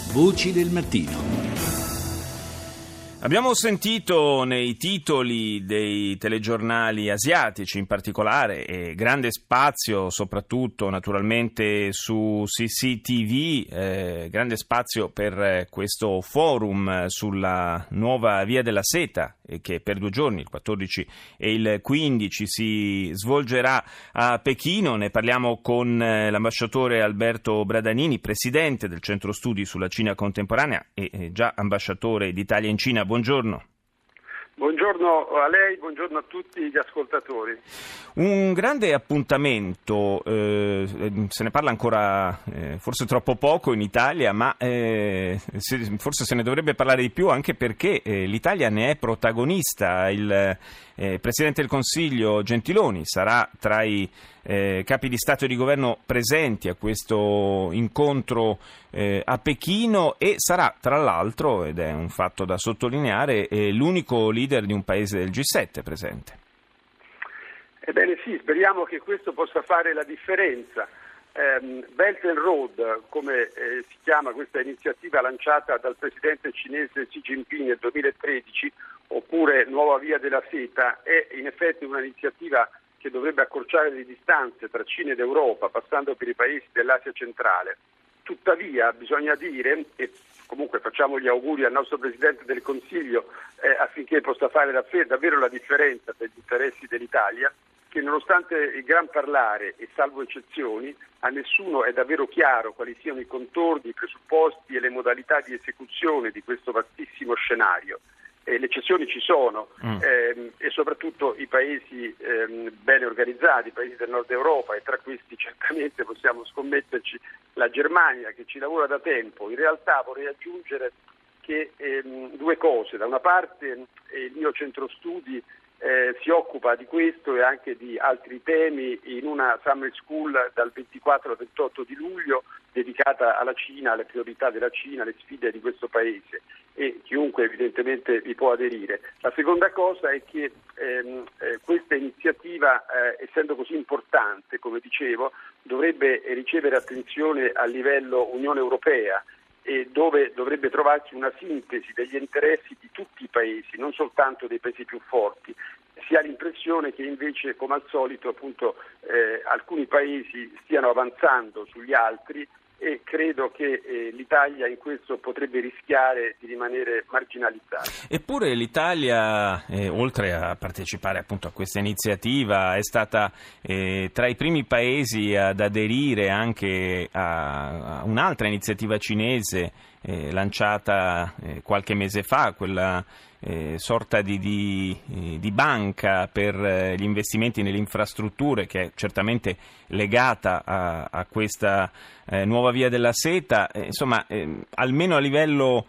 Voci del mattino. Abbiamo sentito nei titoli dei telegiornali asiatici in particolare, grande spazio soprattutto naturalmente su CCTV, grande spazio per questo forum sulla nuova Via della Seta che per 2 giorni, il 14 e il 15, si svolgerà a Pechino. Ne parliamo con l'ambasciatore Alberto Bradanini, presidente del Centro Studi sulla Cina Contemporanea e già ambasciatore d'Italia in Cina. Buongiorno. Buongiorno a lei, buongiorno a tutti gli ascoltatori. Un grande appuntamento, se ne parla ancora forse troppo poco in Italia, ma forse se ne dovrebbe parlare di più, anche perché l'Italia ne è protagonista. Il Presidente del Consiglio Gentiloni sarà tra i capi di Stato e di Governo presenti a questo incontro a Pechino e sarà tra l'altro, ed è un fatto da sottolineare, l'unico leader di un paese del G7 presente. Ebbene sì, speriamo che questo possa fare la differenza. Belt and Road, come si chiama questa iniziativa lanciata dal presidente cinese Xi Jinping nel 2013, oppure Nuova Via della Seta, è in effetti un'iniziativa che dovrebbe accorciare le distanze tra Cina ed Europa, passando per i paesi dell'Asia centrale. Tuttavia bisogna dire, e comunque facciamo gli auguri al nostro Presidente del Consiglio affinché possa fare davvero la differenza per gli interessi dell'Italia, che nonostante il gran parlare e salvo eccezioni, a nessuno è davvero chiaro quali siano i contorni, i presupposti e le modalità di esecuzione di questo vastissimo scenario. Le eccezioni ci sono e soprattutto i paesi bene organizzati, i paesi del nord Europa, e tra questi certamente possiamo scommetterci la Germania, che ci lavora da tempo. In realtà vorrei aggiungere che 2 cose. Da una parte il mio centro studi si occupa di questo e anche di altri temi in una summer school dal 24 al 28 di luglio dedicata alla Cina, alle priorità della Cina, alle sfide di questo paese, e chiunque evidentemente vi può aderire. La seconda cosa è che questa iniziativa, essendo così importante, come dicevo, dovrebbe ricevere attenzione a livello Unione Europea, e dove dovrebbe trovarsi una sintesi degli interessi di tutti i paesi, non soltanto dei paesi più forti. Si ha l'impressione che invece, come al solito, appunto, alcuni paesi stiano avanzando sugli altri, e credo che l'Italia in questo potrebbe rischiare di rimanere marginalizzata. Eppure l'Italia, oltre a partecipare appunto a questa iniziativa, è stata tra i primi paesi ad aderire anche a un'altra iniziativa cinese lanciata qualche mese fa, quella sorta di banca per gli investimenti nelle infrastrutture, che è certamente legata a questa nuova Via della Seta. Insomma, almeno a livello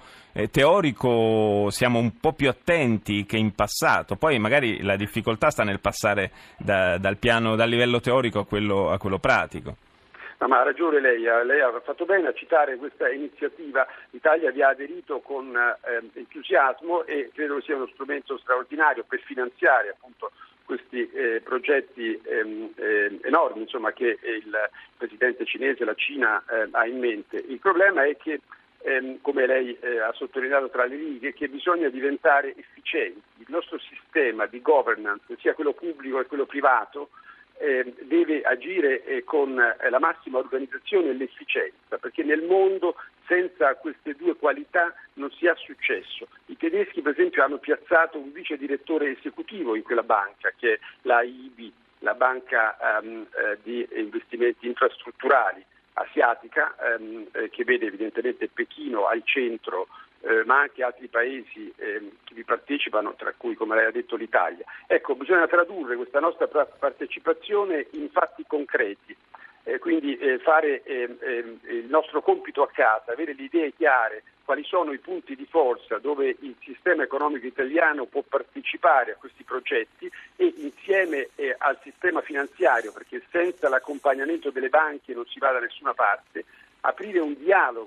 teorico siamo un po' più attenti che in passato. Poi magari la difficoltà sta nel passare dal livello teorico a quello pratico. No, ma ha ragione lei ha fatto bene a citare questa iniziativa. L'Italia vi ha aderito con entusiasmo e credo sia uno strumento straordinario per finanziare appunto questi progetti enormi, insomma, che il presidente cinese, la Cina, ha in mente. Il problema è che, come lei ha sottolineato tra le righe, che bisogna diventare efficienti. Il nostro sistema di governance, sia quello pubblico che quello privato, deve agire con la massima organizzazione e l'efficienza, perché nel mondo senza queste 2 qualità non si ha successo. I tedeschi, per esempio, hanno piazzato un vice direttore esecutivo in quella banca, che è la EIB, la banca di investimenti infrastrutturali asiatica, che vede evidentemente Pechino al centro, ma anche altri paesi che vi partecipano, tra cui, come lei ha detto, l'Italia. Ecco, bisogna tradurre questa nostra partecipazione in fatti concreti, quindi fare il nostro compito a casa, avere le idee chiare, quali sono i punti di forza dove il sistema economico italiano può partecipare a questi progetti, e insieme al sistema finanziario, perché senza l'accompagnamento delle banche non si va da nessuna parte, aprire un dialogo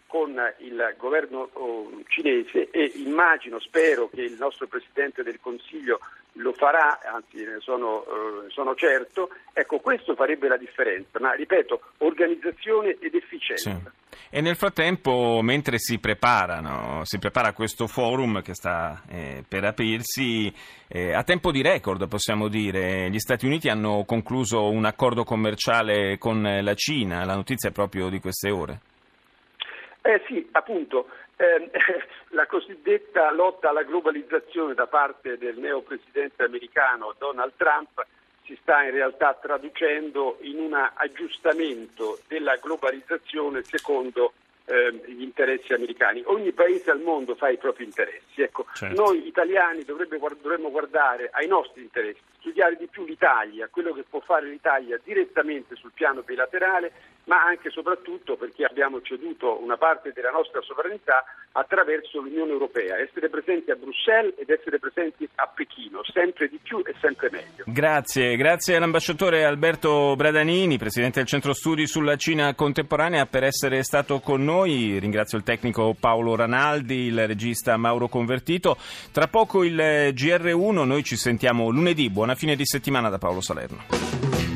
con il governo cinese, e spero che il nostro Presidente del Consiglio lo farà, anzi ne sono certo. Ecco, questo farebbe la differenza, ma ripeto, organizzazione ed efficienza. Sì. E nel frattempo, mentre si prepara questo forum che sta per aprirsi, a tempo di record possiamo dire, gli Stati Uniti hanno concluso un accordo commerciale con la Cina, la notizia è proprio di queste ore. Sì, appunto, la cosiddetta lotta alla globalizzazione da parte del neopresidente americano Donald Trump si sta in realtà traducendo in un aggiustamento della globalizzazione secondo gli interessi americani. Ogni paese al mondo fa i propri interessi. Ecco, certo. Noi italiani dovremmo guardare ai nostri interessi, studiare di più l'Italia, quello che può fare l'Italia direttamente sul piano bilaterale, ma anche e soprattutto perché abbiamo ceduto una parte della nostra sovranità attraverso l'Unione Europea, essere presenti a Bruxelles ed essere presenti a Pechino, sempre di più e sempre meglio. Grazie all'ambasciatore Alberto Bradanini, presidente del Centro Studi sulla Cina Contemporanea, per essere stato con noi. Ringrazio il tecnico Paolo Ranaldi, il regista Mauro Convertito. Tra poco il GR1, noi ci sentiamo lunedì. Buona fine di settimana da Paolo Salerno.